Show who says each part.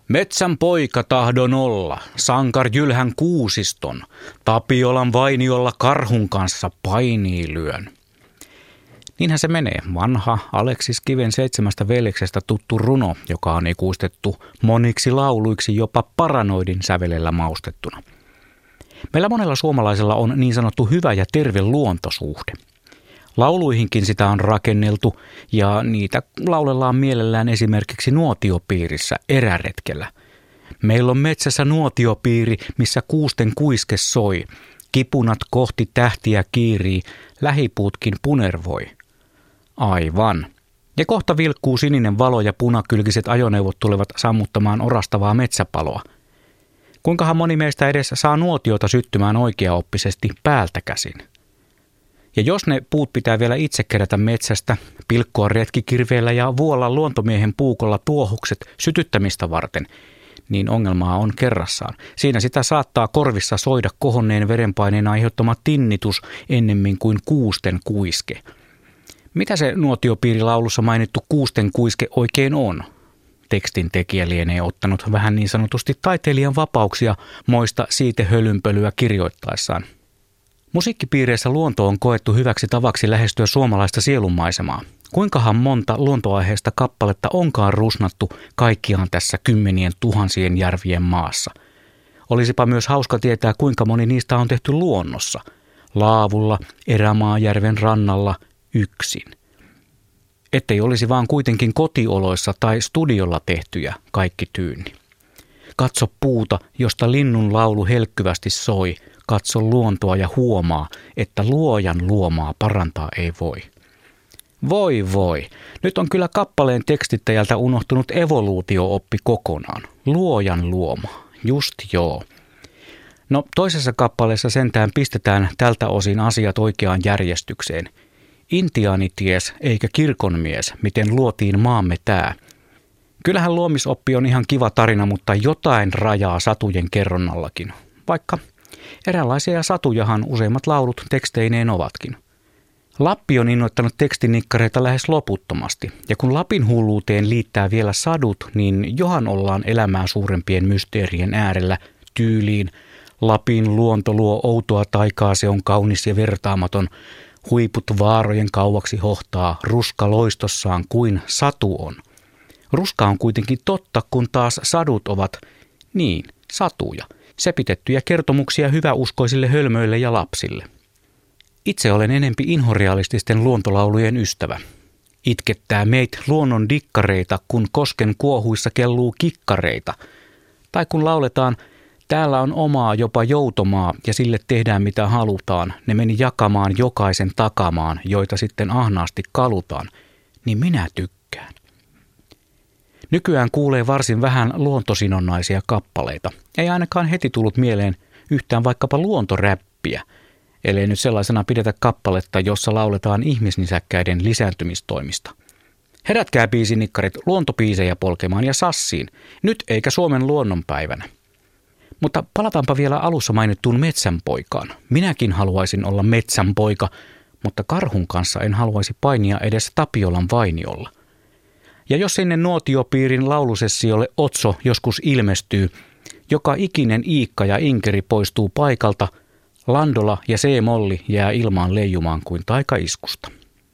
Speaker 1: Metsän poika tahdon olla, sankar Jylhän Kuusiston, Tapiolan vainiolla karhun kanssa painii lyön. Niinhän se menee, vanha Aleksis Kiven 7 veljeksestä tuttu runo, joka on ikuistettu moniksi lauluiksi jopa paranoidin sävelellä maustettuna. Meillä monella suomalaisella on niin sanottu hyvä ja terve luontosuhde. Lauluihinkin sitä on rakenneltu ja niitä laulellaan mielellään esimerkiksi nuotiopiirissä eräretkellä. Meillä on metsässä nuotiopiiri, missä kuusten kuiske soi. Kipunat kohti tähtiä kiirii, lähipuutkin punervoi. Aivan. Ja kohta vilkkuu sininen valo ja punakylkiset ajoneuvot tulevat sammuttamaan orastavaa metsäpaloa. Kuinkahan moni meistä edes saa nuotiota syttymään oikeaoppisesti päältä käsin? Ja jos ne puut pitää vielä itse kerätä metsästä, pilkkoa retkikirveellä ja vuolla luontomiehen puukolla tuohukset sytyttämistä varten, niin ongelmaa on kerrassaan. Siinä sitä saattaa korvissa soida kohonneen verenpaineen aiheuttama tinnitus ennemmin kuin kuusten kuiske. Mitä se nuotiopiirilaulussa mainittu kuusten kuiske oikein on? Tekstin tekijä lienee ottanut vähän niin sanotusti taiteilijan vapauksia moista siitehölynpölyä kirjoittaessaan. Musiikkipiireissä luonto on koettu hyväksi tavaksi lähestyä suomalaista sielunmaisemaa. Kuinkahan monta luontoaiheesta kappaletta onkaan rusnattu kaikkiaan tässä 10 000 järvien maassa? Olisipa myös hauska tietää, kuinka moni niistä on tehty luonnossa. Laavulla, Erämaajärven rannalla, yksin. Ettei olisi vaan kuitenkin kotioloissa tai studiolla tehtyjä kaikki tyynni. Katso puuta, josta linnun laulu helkkyvästi soi. Katso luontoa ja huomaa, että luojan luomaa parantaa ei voi. Voi. Nyt on kyllä kappaleen tekstittäjältä unohtunut evoluutio-oppi kokonaan. Luojan luoma. Just joo. No toisessa kappaleessa sentään pistetään tältä osin asiat oikeaan järjestykseen. Intiaani ties eikä kirkonmies, miten luotiin maamme tää. Kyllähän luomisoppi on ihan kiva tarina, mutta jotain rajaa satujen kerronnallakin. Vaikka eräänlaisia satujahan useimmat laulut teksteineen ovatkin. Lappi on innoittanut tekstinikkareita lähes loputtomasti, ja kun Lapin hulluuteen liittää vielä sadut, niin johan ollaan elämää suurempien mysteerien äärellä tyyliin. Lapin luonto luo outoa taikaa, se on kaunis ja vertaamaton. Huiput vaarojen kauaksi hohtaa, ruska loistossaan kuin satu on. Ruska on kuitenkin totta, kun taas sadut ovat, niin, satuja. Sepitettyjä kertomuksia hyväuskoisille hölmöille ja lapsille. Itse olen enempi inhorealististen luontolaulujen ystävä. Itkettää meit luonnon dikkareita, kun kosken kuohuissa kelluu kikkareita. Tai kun lauletaan, täällä on omaa jopa joutomaa ja sille tehdään mitä halutaan. Ne meni jakamaan jokaisen takamaan, joita sitten ahnaasti kalutaan. Niin minä tykkään. Nykyään kuulee varsin vähän luontosinonnaisia kappaleita. Ei ainakaan heti tullut mieleen yhtään vaikkapa luontoräppiä, ellei nyt sellaisena pidetä kappaletta, jossa lauletaan ihmisnisäkkäiden lisääntymistoimista. Herätkää biisinikkarit luontopiisejä polkemaan ja sassiin, nyt eikä Suomen luonnonpäivänä. Mutta palataanpa vielä alussa mainittuun metsänpoikaan. Minäkin haluaisin olla metsänpoika, mutta karhun kanssa en haluaisi painia edes Tapiolan vainiolla. Ja jos sinne nuotiopiirin laulusessiolle Otso joskus ilmestyy, joka ikinen Iikka ja Inkeri poistuu paikalta, Landola ja C-molli jää ilmaan leijumaan kuin taikaiskusta.